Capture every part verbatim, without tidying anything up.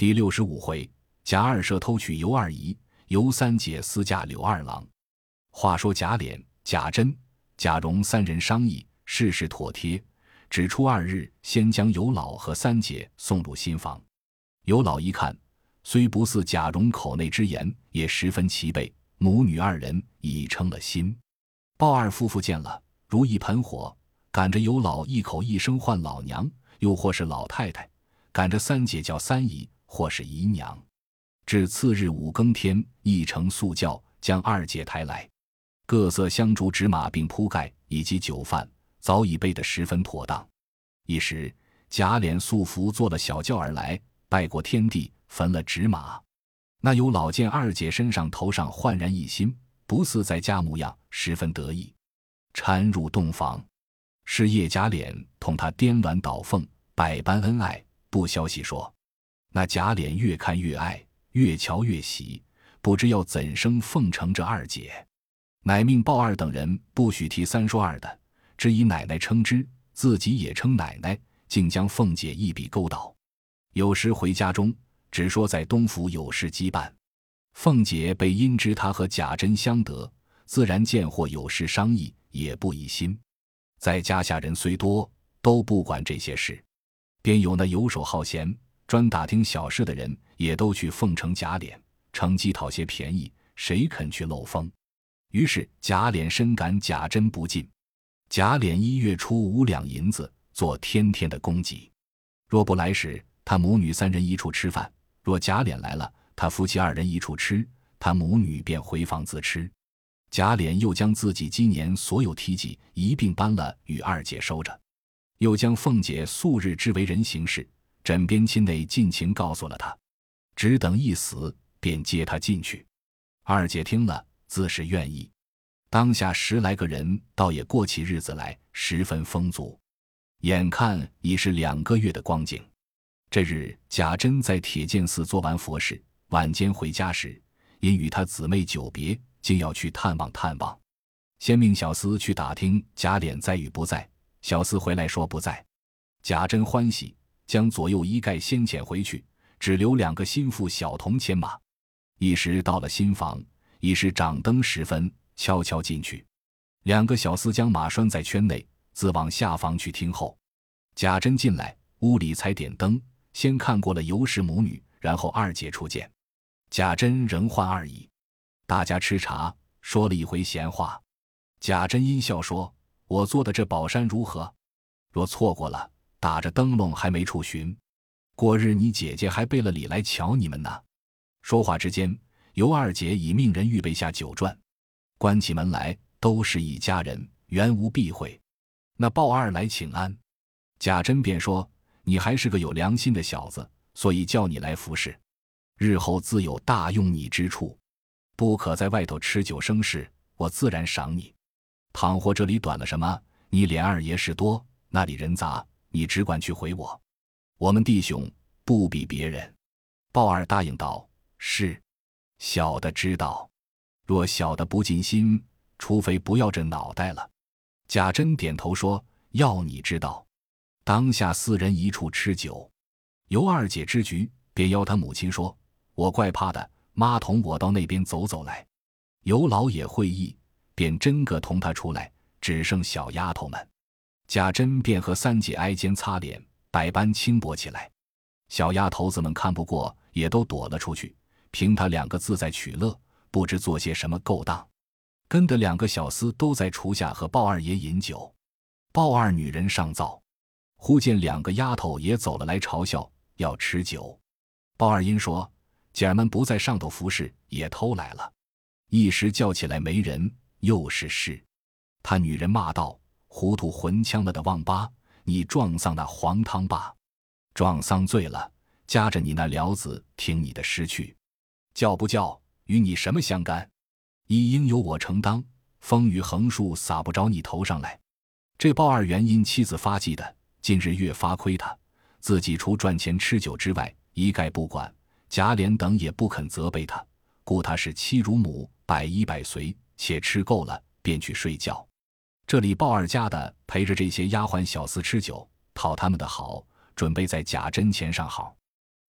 第六十五回，贾二舍偷取尤二姨，尤三姐私嫁柳二郎。话说贾琏、贾珍、贾蓉三人商议，事事妥帖，只初二日先将尤老和三姐送入新房。尤老一看，虽不似贾蓉口内之言，也十分齐备，母女二人已成了心。鲍二夫妇见了，如一盆火，赶着尤老一口一声唤老娘，又或是老太太，赶着三姐叫三姨，或是姨娘。至次日五更天，一乘速轿将二姐抬来，各色香烛纸马并铺盖以及酒饭早已备得十分妥当。一时贾琏素服坐了小轿而来，拜过天地，焚了纸马。那尤老见二姐身上头上焕然一新，不似在家模样，十分得意，搀入洞房。是夜贾琏同他颠鸾倒凤，百般恩爱，不消息说。那贾琏越看越爱，越瞧越喜，不知要怎生奉承这二姐，乃命鲍二等人不许提三说二的，只以奶奶称之，自己也称奶奶，竟将凤姐一笔勾倒。有时回家中，只说在东府有事羁绊。凤姐被因知他和贾珍相得，自然见或有事商议，也不疑心。在家下人虽多，都不管这些事，便有那游手好闲专打听小事的人，也都去奉承贾琏，乘机讨些便宜，谁肯去漏风？于是贾琏深感贾珍不进。贾琏一月出五两银子，做天天的供给。若不来时，他母女三人一处吃饭；若贾琏来了，他夫妻二人一处吃，他母女便回房自吃。贾琏又将自己今年所有梯级一并搬了与二姐收着，又将凤姐素日之为人行事，枕边亲内尽情告诉了他，只等一死，便接他进去。二姐听了，自是愿意。当下十来个人，倒也过起日子来，十分丰足。眼看已是两个月的光景。这日贾珍在铁剑寺做完佛事，晚间回家时，因与他姊妹久别，竟要去探望探望。先命小厮去打听贾琏在与不在，小厮回来说不在。贾珍欢喜，将左右衣盖先遣回去，只留两个心腹小童牵马。一时到了新房，已是掌灯时分，悄悄进去。两个小厮将马拴在圈内，自往下房去听候。贾珍进来，屋里才点灯，先看过了尤氏母女，然后二姐初见。贾珍仍唤二姨，大家吃茶，说了一回闲话。贾珍阴笑说：“我做的这宝山如何？若错过了，打着灯笼还没处寻。过日你姐姐还备了礼来瞧你们呢。”说话之间，尤二姐已命人预备下酒馔，关起门来，都是一家人，原无避讳。那鲍二来请安，贾珍便说：“你还是个有良心的小子，所以叫你来服侍，日后自有大用你之处，不可在外头吃酒生事，我自然赏你。倘或这里短了什么，你琏二爷事多，那里人杂，你只管去回我。我们弟兄不比别人。”鲍二答应道：“是，小的知道。若小的不尽心，除非不要这脑袋了。”贾珍点头说：“要你知道。”当下四人一处吃酒。尤二姐知局，便邀他母亲说：“我怪怕的，妈同我到那边走走来。”尤老也会意，便真个同他出来，只剩小丫头们。贾珍便和三姐挨肩擦脸，百般轻薄起来。小丫头子们看不过，也都躲了出去，凭他两个自在取乐，不知做些什么勾当。跟的两个小厮都在厨下和鲍二爷饮酒。鲍二女人上灶，忽见两个丫头也走了来嘲笑，要吃酒。鲍二因说：“姐儿们不在上头服侍，也偷来了。”一时叫起来没人，又是事。他女人骂道：“糊涂混腔了的王八，你撞丧那黄汤吧！撞丧醉了，夹着你那寮子听你的诗去，叫不叫与你什么相干？一应由我承当，风雨横竖洒不着你头上来。”这鲍二原因妻子发迹的，近日越发亏他，自己除赚钱吃酒之外，一概不管。贾琏等也不肯责备他，故他是妻如母，百依百随，且吃够了便去睡觉。这里鲍二家的陪着这些丫鬟小厮吃酒，讨他们的好，准备在贾珍前上好。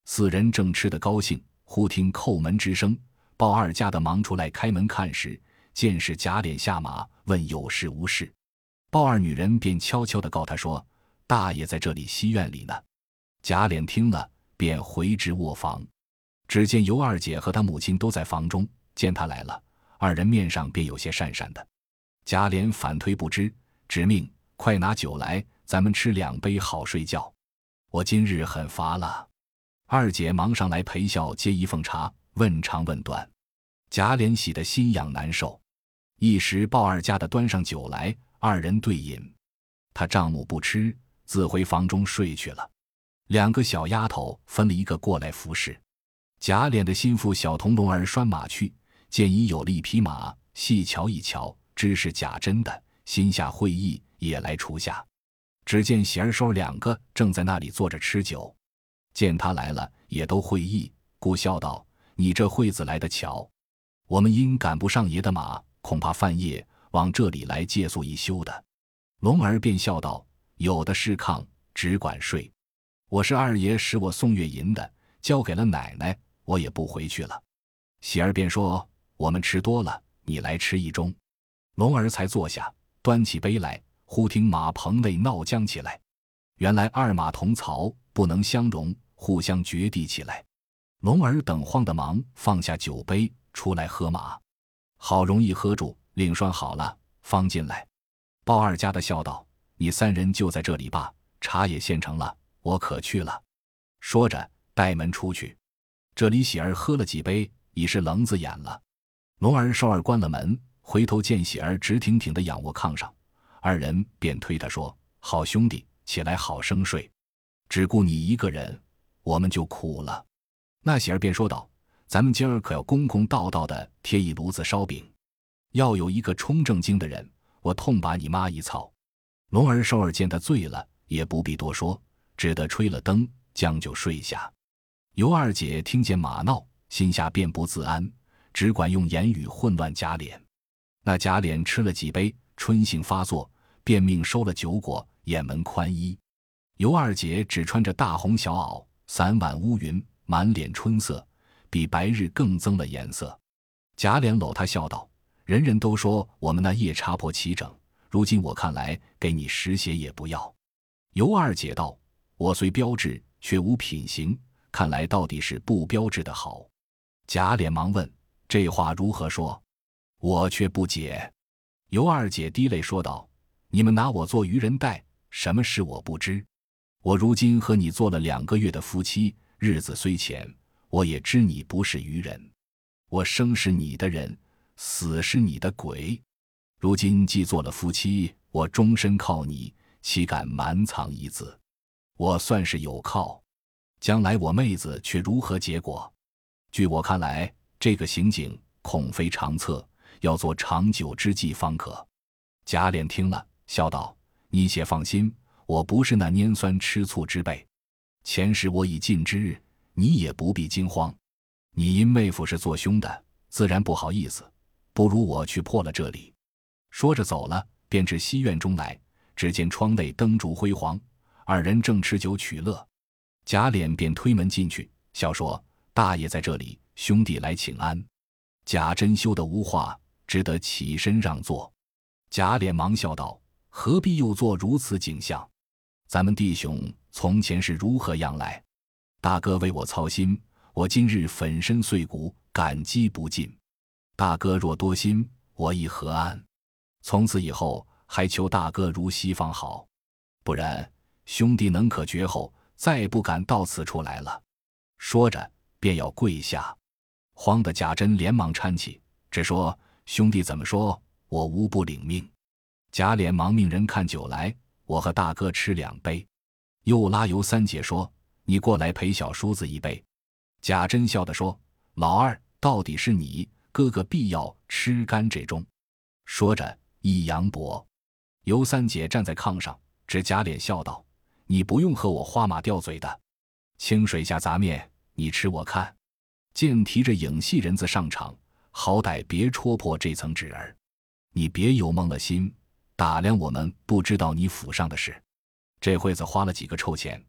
四人正吃得高兴，忽听叩门之声，鲍二家的忙出来开门看时，见是贾琏下马，问有事无事。鲍二女人便悄悄地告他说：“大爷在这里西院里呢。”贾琏听了，便回至卧房，只见尤二姐和她母亲都在房中，见他来了，二人面上便有些讪讪的。贾琏反推不知，只命快拿酒来，咱们吃两杯好睡觉。我今日很乏了。二姐忙上来陪笑接一奉茶，问长问短。贾琏喜得心痒难受，一时鲍二家的端上酒来，二人对饮。他丈母不吃，自回房中睡去了。两个小丫头分了一个过来服侍。贾琏的心腹小童龙儿拴马去，见已有了一匹马，细瞧一瞧，知是贾珍的，心下会意，也来厨下。只见喜儿收两个正在那里坐着吃酒，见他来了，也都会意，故笑道：“你这会子来得巧，我们因赶不上爷的马，恐怕犯夜，往这里来借宿一宿的。”龙儿便笑道：“有的是炕，只管睡。我是二爷使我送月银的，交给了奶奶，我也不回去了。”喜儿便说：“我们吃多了，你来吃一盅。”龙儿才坐下，端起杯来，忽听马棚内闹僵起来。原来二马同槽，不能相容，互相决地起来。龙儿等慌的忙放下酒杯，出来喝马，好容易喝住，令拴好了，方进来。鲍二家的笑道：“你三人就在这里罢，茶也现成了，我可去了。”说着带门出去。这里喜儿喝了几杯，已是棱子眼了。龙儿收儿关了门，回头见喜儿直挺挺地仰卧炕上，二人便推他说：“好兄弟，起来好生睡，只顾你一个人，我们就苦了。”那喜儿便说道：“咱们今儿可要公公道道的贴一炉子烧饼，要有一个冲正经的人，我痛把你妈一操。”龙儿收儿见他醉了，也不必多说，只得吹了灯，将就睡下。尤二姐听见马闹，心下便不自安，只管用言语混乱贾琏。那贾琏吃了几杯，春性发作，便命收了酒果，掩门宽衣。尤二姐只穿着大红小袄，散挽乌云，满脸春色，比白日更增了颜色。贾琏搂她笑道：“人人都说我们那夜叉婆齐整，如今我看来，给你十鞋也不要。”尤二姐道：“我虽标致，却无品行，看来到底是不标致的好。”贾琏忙问：“这话如何说？我却不解。”尤二姐滴泪说道：“你们拿我做渔人待，什么事我不知。我如今和你做了两个月的夫妻，日子虽浅，我也知你不是渔人。我生是你的人，死是你的鬼。如今既做了夫妻，我终身靠你，岂敢瞒藏一字？我算是有靠，将来我妹子却如何结果？据我看来，这个刑景恐非长策，要做长久之计方可。”贾琏听了，笑道：“你且放心，我不是那拈酸吃醋之辈。前时我已尽知，你也不必惊慌。你因妹夫是做凶的，自然不好意思，不如我去破了这里。”说着走了，便至西院中来，只见窗内灯烛辉煌，二人正吃酒取乐。贾琏便推门进去，笑说：“大爷在这里，兄弟来请安。”贾珍羞得无话，只得起身让座。贾琏忙笑道：“何必又做如此景象？咱们弟兄从前是如何样来？大哥为我操心，我今日粉身碎骨，感激不尽。大哥若多心，我亦何安？从此以后，还求大哥如西方好，不然兄弟能可绝后，再不敢到此处来了。”说着便要跪下，慌得贾珍连忙搀起，只说：“兄弟怎么说，我无不领命。”贾琏忙命人看酒来，我和大哥吃两杯。又拉尤三姐说：“你过来陪小叔子一杯。”贾珍笑地说：“老二，到底是你，哥哥必要吃干这盅。”说着一扬脖。尤三姐站在炕上，指贾琏笑道：“你不用和我花马吊嘴的，清水下杂面，你吃我看。见提着影戏人子上场，好歹别戳破这层纸儿。你别有蒙了心，打量我们不知道你府上的事。这会子花了几个臭钱，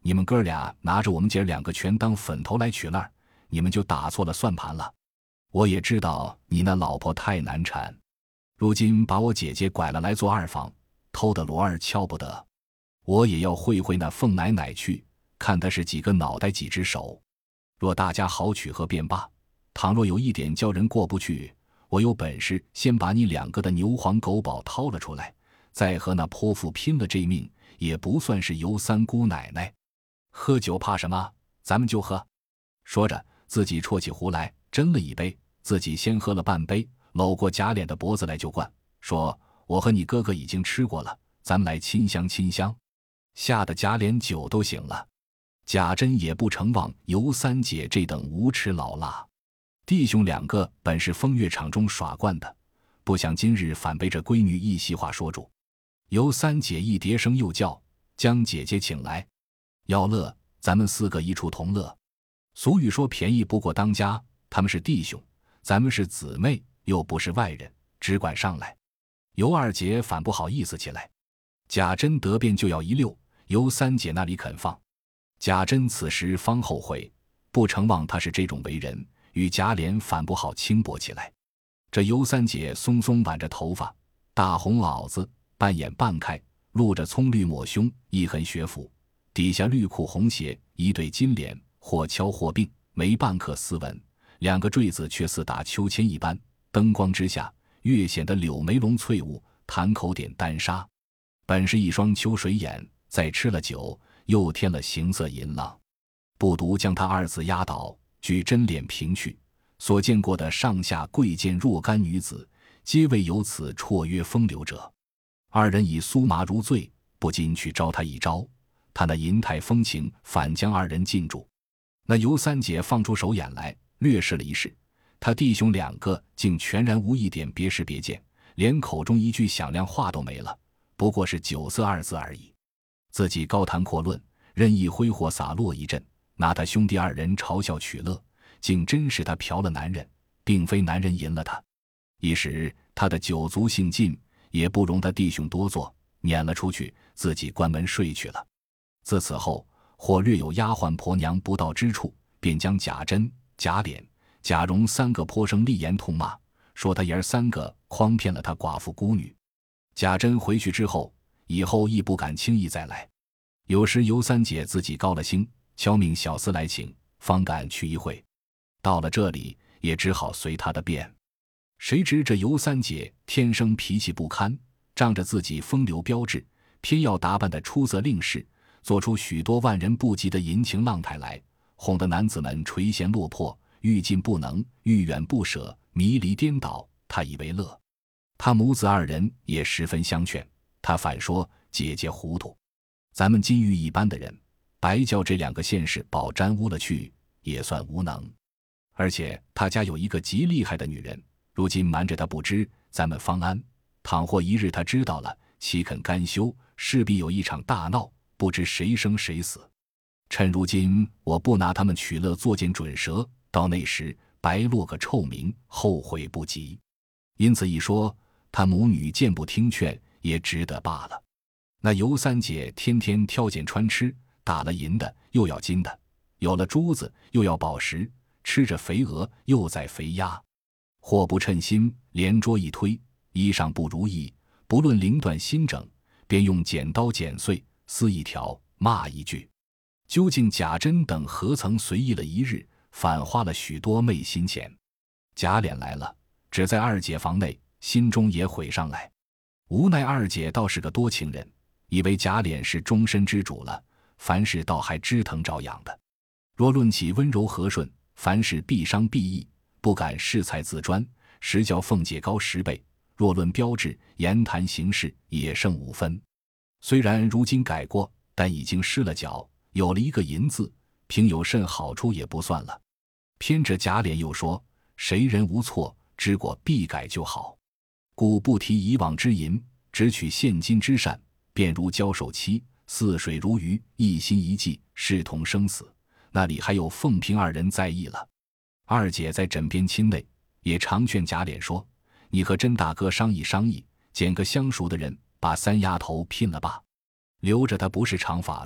你们哥俩拿着我们姐两个全当粉头来取烂，你们就打错了算盘了。我也知道你那老婆太难缠，如今把我姐姐拐了来做二房，偷的罗儿敲不得。我也要会会那凤奶奶去，看她是几个脑袋几只手。若大家好取和便罢，倘若有一点叫人过不去，我有本事先把你两个的牛黄狗宝掏了出来，再和那泼妇拼了这命，也不算是尤三姑奶奶。喝酒怕什么？咱们就喝。说着自己啜起壶来，斟了一杯，自己先喝了半杯，搂过贾琏的脖子来就灌，说我和你哥哥已经吃过了，咱们来亲香亲香。吓得贾琏酒都醒了。贾珍也不承望尤三姐这等无耻老辣。弟兄两个本是风月场中耍惯的，不想今日反被这闺女一席话说住。尤三姐一叠声又叫，将姐姐请来。要乐，咱们四个一处同乐。俗语说便宜不过当家，他们是弟兄，咱们是姊妹，又不是外人，只管上来。尤二姐反不好意思起来。贾珍得便就要一溜，尤三姐那里肯放。贾珍此时方后悔，不承望他是这种为人，与贾琏反不好轻薄起来。这尤三姐松松挽着头发，大红袄子半掩半开，露着葱绿抹胸，一横学府，底下绿裤红鞋，一对金莲，或敲或并，没半刻斯文，两个坠子却似打秋千一般，灯光之下越显得柳眉龙翠雾，弹口点丹纱。本是一双秋水眼，再吃了酒，又添了形色淫浪，不独将他二字压倒，举真脸平去，所见过的上下贵贱若干女子，皆为有此绰约风流者。二人已酥麻如醉，不禁去招他一招，他那淫态风情反将二人禁住。那尤三姐放出手眼来，略试了一试，他弟兄两个竟全然无一点别识别见，连口中一句响亮话都没了，不过是酒色二字而已。自己高谈阔论，任意挥霍洒落一阵，拿他兄弟二人嘲笑取乐，竟真是他嫖了男人，并非男人淫了他。一时他的酒足性尽，也不容他弟兄多做，撵了出去，自己关门睡去了。自此后，或略有丫鬟婆娘不到之处，便将贾珍、贾琏、贾蓉三个颇生厉言痛骂，说他爷儿三个诓骗了他寡妇孤女。贾珍回去之后，以后亦不敢轻易再来。有时尤三姐自己高了兴，敲命小厮来请，方敢去一会。到了这里，也只好随他的便。谁知这尤三姐天生脾气不堪，仗着自己风流标致，偏要打扮得出色令士，做出许多万人不及的淫情浪态来，哄得男子们垂涎落魄，欲进不能，欲远不舍，迷离颠倒，他以为乐。他母子二人也十分相劝，他反说姐姐糊涂，咱们金玉一般的人，白叫这两个现世宝沾污了去，也算无能。而且他家有一个极厉害的女人，如今瞒着他不知，咱们方安。倘或一日他知道了，岂肯甘休，势必有一场大闹，不知谁生谁死。趁如今我不拿他们取乐作践准蛇，到那时白落个臭名，后悔不及。因此一说，他母女见不听劝，也值得罢了。那尤三姐天天挑拣穿吃，打了银的又要金的，有了珠子又要宝石，吃着肥鹅又在肥鸭，或不称心，连桌一推，衣裳不如意，不论绫缎新整，便用剪刀剪碎，撕一条，骂一句。究竟贾珍等何曾随意了一日，反花了许多昧心钱。贾琏来了，只在二姐房内，心中也悔上来。无奈二姐倒是个多情人，以为贾琏是终身之主了，凡事倒还知疼照养的。若论起温柔和顺，凡事必伤必义，不敢恃才自专，实较凤姐高十倍。若论标致，言谈行事也胜五分。虽然如今改过，但已经失了脚，有了一个淫字，凭有甚好处也不算了。偏着贾琏又说，谁人无错，知过必改就好，故不提以往之淫，只取现今之善，便如交手期，似水如鱼，一心一计，视同生死，那里还有凤萍二人在意了。二姐在枕边亲内，也常劝贾琏说，你和甄大哥商议商议，拣个相熟的人，把三丫头聘了吧，留着他不是长法子，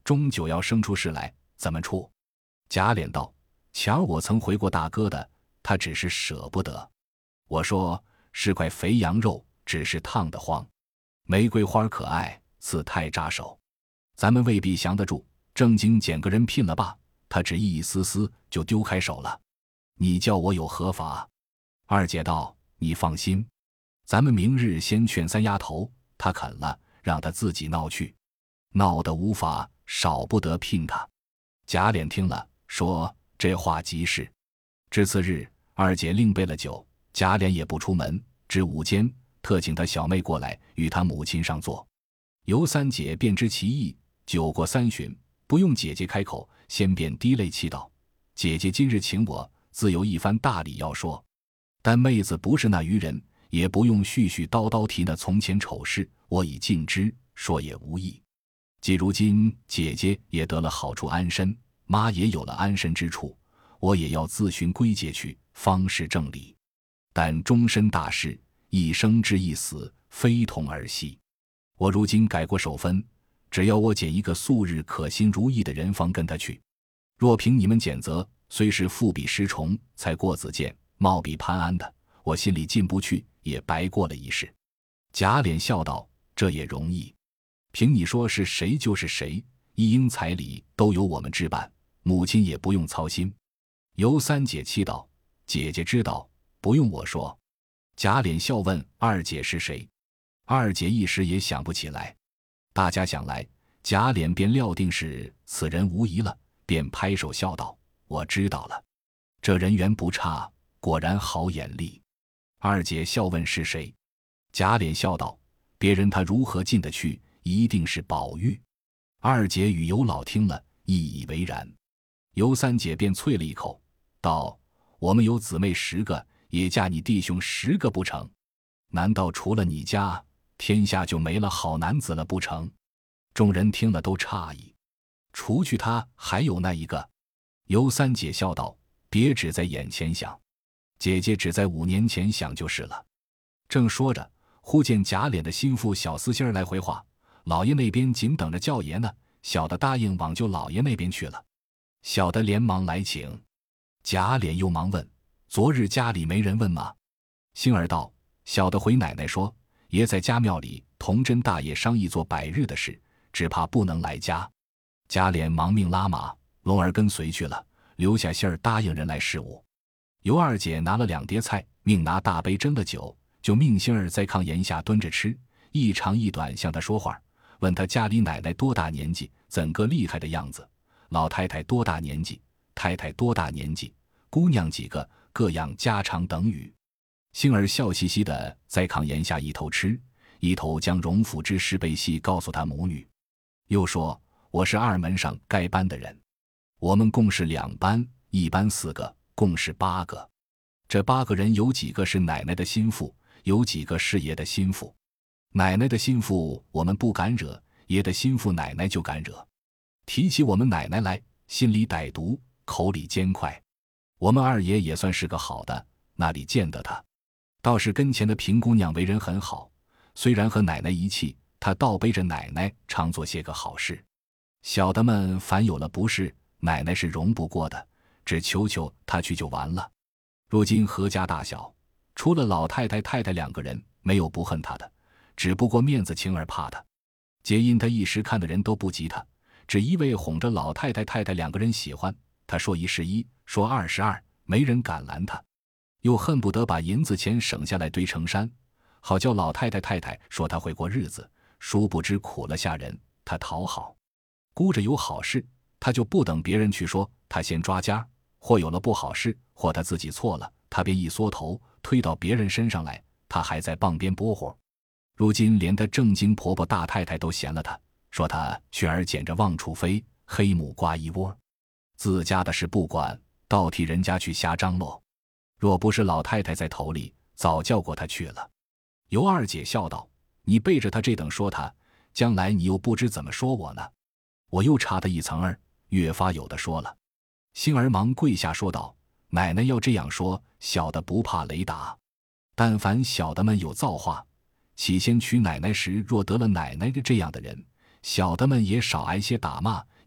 终究要生出事来，怎么处？”贾琏道：“前儿我曾回过大哥的，他只是舍不得。我说是块肥羊肉，只是烫得慌。玫瑰花可爱，刺太扎手，咱们未必降得住。正经捡个人聘了罢，他只一丝丝就丢开手了。你叫我有何法？”二姐道：“你放心，咱们明日先劝三丫头，她肯了，让她自己闹去，闹得无法，少不得聘她。”贾琏听了，说：“这话极是。”至次日，二姐另备了酒，贾琏也不出门，至午间，特请他小妹过来，与他母亲上座。尤三姐便知其意，酒过三巡，不用姐姐开口，先便滴泪泣道：“姐姐今日请我，自有一番大礼要说，但妹子不是那愚人，也不用絮絮叨叨提那从前丑事，我已尽知，说也无益。既如今姐姐也得了好处安身，妈也有了安身之处，我也要自寻归节去，方是正理。但终身大事，一生之一死，非同儿戏。我如今改过手分，只要我拣一个素日可心如意的人方跟他去。若凭你们拣择，虽是富比十重，才过子建，貌比潘安的，我心里进不去，也白过了一事。”贾琏笑道：“这也容易，凭你说是谁就是谁，一应彩礼都由我们置办，母亲也不用操心。”尤三姐气道：“姐姐知道，不用我说。”贾琏笑问：“二姐是谁？”二姐一时也想不起来。大家想来，贾琏便料定是此人无疑了，便拍手笑道：“我知道了，这人缘不差，果然好眼力。”二姐笑问是谁，贾琏笑道：“别人他如何进得去，一定是宝玉。”二姐与尤老听了，亦以为然。尤三姐便啐了一口，道：“我们有姊妹十个，也嫁你弟兄十个不成？难道除了你家，天下就没了好男子了不成？”众人听了都诧异，除去他还有那一个。尤三姐笑道：“别只在眼前想，姐姐只在五年前想就是了。”正说着，忽见贾琏的心腹小厮星儿来回话：“老爷那边紧等着叫爷呢。”小的答应往舅老爷那边去了。小的连忙来请。贾琏又忙问：“昨日家里没人问吗？”星儿道：“小的回奶奶说，爷在家庙里同真大爷商议做百日的事，只怕不能来家。”贾琏忙命拉马，龙儿跟随去了，留下信儿答应人来事务。尤二姐拿了两碟菜，命拿大杯斟了酒，就命星儿在炕沿下蹲着吃，一长一短向他说话，问他家里奶奶多大年纪，怎个厉害的样子，老太太多大年纪，太太多大年纪，姑娘几个，各样家常等语。星儿笑嘻嘻的在炕沿下一头吃，一头将荣府之事备细告诉他母女。又说：“我是二门上该班的人，我们共是两班，一班四个，共是八个。这八个人有几个是奶奶的心腹，有几个是爷的心腹。奶奶的心腹我们不敢惹，爷的心腹奶奶就敢惹。提起我们奶奶来，心里歹毒，口里尖快。我们二爷也算是个好的，那里见得他。倒是跟前的平姑娘为人很好，虽然和奶奶一气，她倒背着奶奶常做些个好事。小的们凡有了不是，奶奶是容不过的，只求求她去就完了。如今何家大小，除了老太太太太两个人，没有不恨她的，只不过面子情而怕她。皆因她一时看的人都不及她，只一味哄着老太太太太两个人喜欢，她说一是一，说二是二，没人敢拦她。又恨不得把银子钱省下来堆成山，好叫老太太太太说她会过日子，殊不知苦了下人，她讨好。估着有好事，她就不等别人去说，她先抓家，或有了不好事，或她自己错了，她便一缩头推到别人身上来，她还在傍边拨活。如今连她正经婆婆大太太都嫌了她，说她雀儿捡着望处飞，黑母挂一窝，自家的事不管，倒替人家去瞎张罗。若不是老太太在头里，早叫过她去了。尤二姐笑道：“你背着她这等说她，将来你又不知怎么说我呢。”我又查她一层儿，越发有的说了。星儿忙跪下说道：“奶奶要这样说，小的不怕雷打。但凡小的们有造化，起先娶奶奶时若得了奶奶这样的人，小的们也少挨些打骂，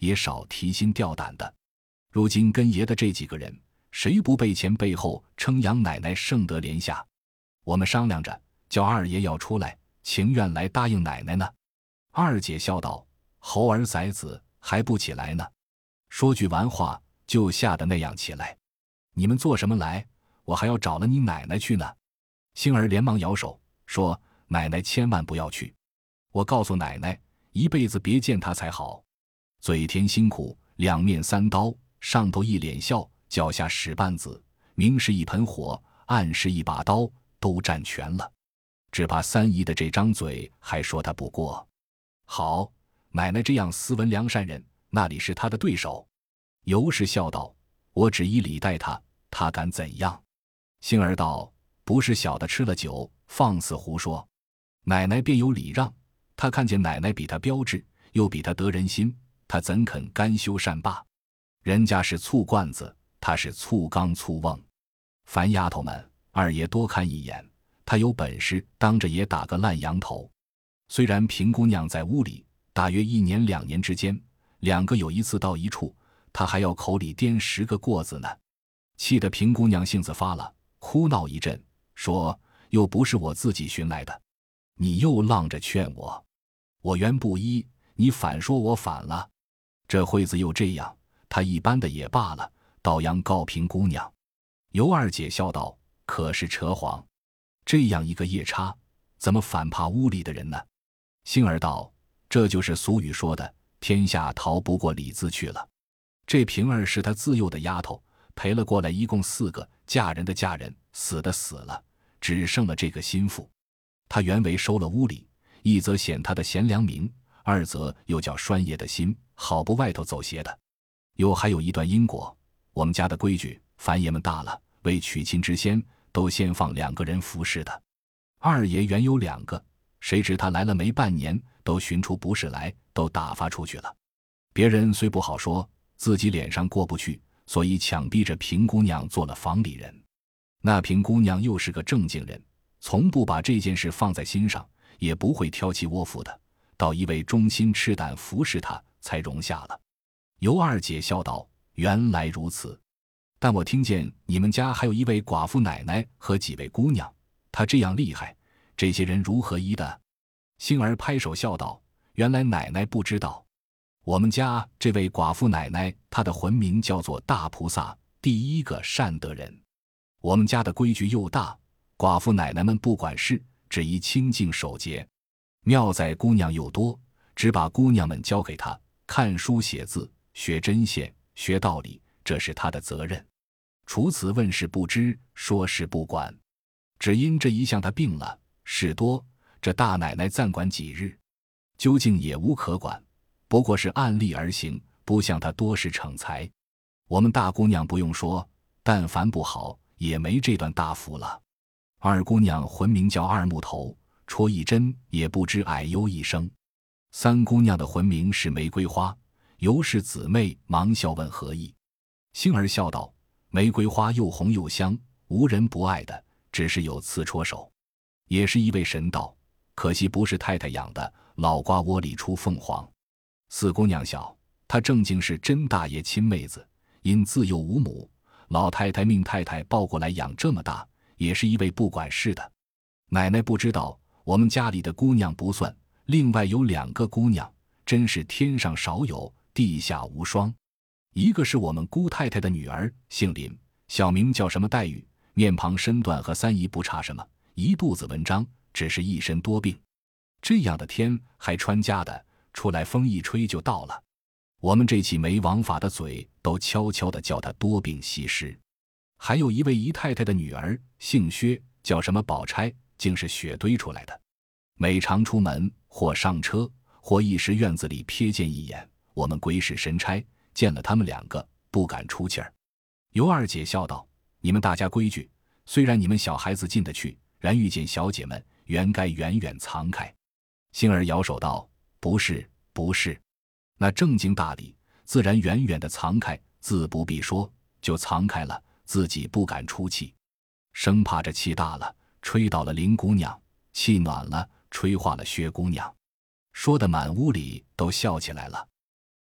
也少提心吊胆的。如今跟爷的这几个人，谁不背前背后称杨奶奶圣德莲下？我们商量着，叫二爷要出来，情愿来答应奶奶呢。二姐笑道：猴儿崽子还不起来呢？说句完话，就吓得那样起来。你们做什么来？我还要找了你奶奶去呢。星儿连忙摇手说：奶奶千万不要去，我告诉奶奶，一辈子别见她才好。嘴甜心苦，两面三刀，上头一脸笑，脚下使绊子，明是一盆火，暗是一把刀，都占全了。只怕三姨的这张嘴还说他不过。好，奶奶这样斯文良善人，那里是他的对手？尤氏笑道：我只以礼待他，他敢怎样？星儿道：不是小的吃了酒放肆胡说。奶奶便有礼让，他看见奶奶比他标致，又比他得人心，他怎肯甘休善罢？人家是醋罐子，他是醋缸醋瓮。凡丫头们，二爷多看一眼，他有本事当着也打个烂羊头。虽然平姑娘在屋里大约一年两年之间，两个有一次到一处，他还要口里颠十个过字呢。气得平姑娘性子发了，哭闹一阵，说又不是我自己寻来的，你又浪着劝我，我原不依，你反说我反了。这会子又这样，他一般的也罢了，倒央告平姑娘。尤二姐笑道：可是扯谎，这样一个夜叉，怎么反怕屋里的人呢？星儿道：这就是俗语说的，天下逃不过李字去了。这平儿是他自幼的丫头，陪了过来一共四个，嫁人的嫁人，死的死了，只剩了这个心腹。他原为收了屋里，一则显他的贤良名，二则又叫栓爷的心，好不外头走邪的。又还有一段因果，我们家的规矩，凡爷们大了，为娶亲之先，都先放两个人服侍的。二爷原有两个，谁知他来了没半年，都寻出不是来，都打发出去了。别人虽不好说，自己脸上过不去，所以强逼着平姑娘做了房里人。那平姑娘又是个正经人，从不把这件事放在心上，也不会挑起窝夫的，到一位忠心赤胆服侍她，才容下了。尤二姐笑道：原来如此，但我听见你们家还有一位寡妇奶奶和几位姑娘，她这样厉害，这些人如何医的？星儿拍手笑道：原来奶奶不知道，我们家这位寡妇奶奶，她的魂名叫做大菩萨，第一个善德人。我们家的规矩又大，寡妇奶奶们不管事，只宜清净守节。妙在姑娘又多，只把姑娘们交给她，看书写字，学针线，学道理，这是她的责任。除此问事不知，说事不管。只因这一项她病了，事多，这大奶奶暂管几日，究竟也无可管，不过是按例而行，不像她多事逞才。我们大姑娘不用说，但凡不好，也没这段大福了。二姑娘魂名叫二木头，戳一针也不知矮呦一声。三姑娘的魂名是玫瑰花，尤氏姊妹忙笑问何意。星儿笑道：玫瑰花又红又香，无人不爱的，只是有刺戳手。也是一位神道，可惜不是太太养的，老瓜窝里出凤凰。四姑娘小，她正经是甄大爷亲妹子，因自幼无母，老太太命太太抱过来养这么大，也是一位不管事的。奶奶不知道，我们家里的姑娘不算，另外有两个姑娘，真是天上少有，地下无双。一个是我们姑太太的女儿，姓林，小名叫什么黛玉，面庞身段和三姨不差什么，一肚子文章，只是一身多病。这样的天还穿家的，出来风一吹就到了。我们这起没王法的嘴都悄悄地叫她多病西施。还有一位姨太太的女儿，姓薛，叫什么宝钗，竟是血堆出来的。每常出门，或上车，或一时院子里瞥见一眼，我们鬼使神差，见了他们两个，不敢出气儿。尤二姐笑道：你们大家规矩，虽然你们小孩子进得去，然遇见小姐们，原该远远藏开。星儿摇手道：不是，不是，那正经大礼，自然远远的藏开，自不必说，就藏开了，自己不敢出气，生怕这气大了，吹倒了林姑娘，气暖了，吹化了薛姑娘。说的满屋里都笑起来了。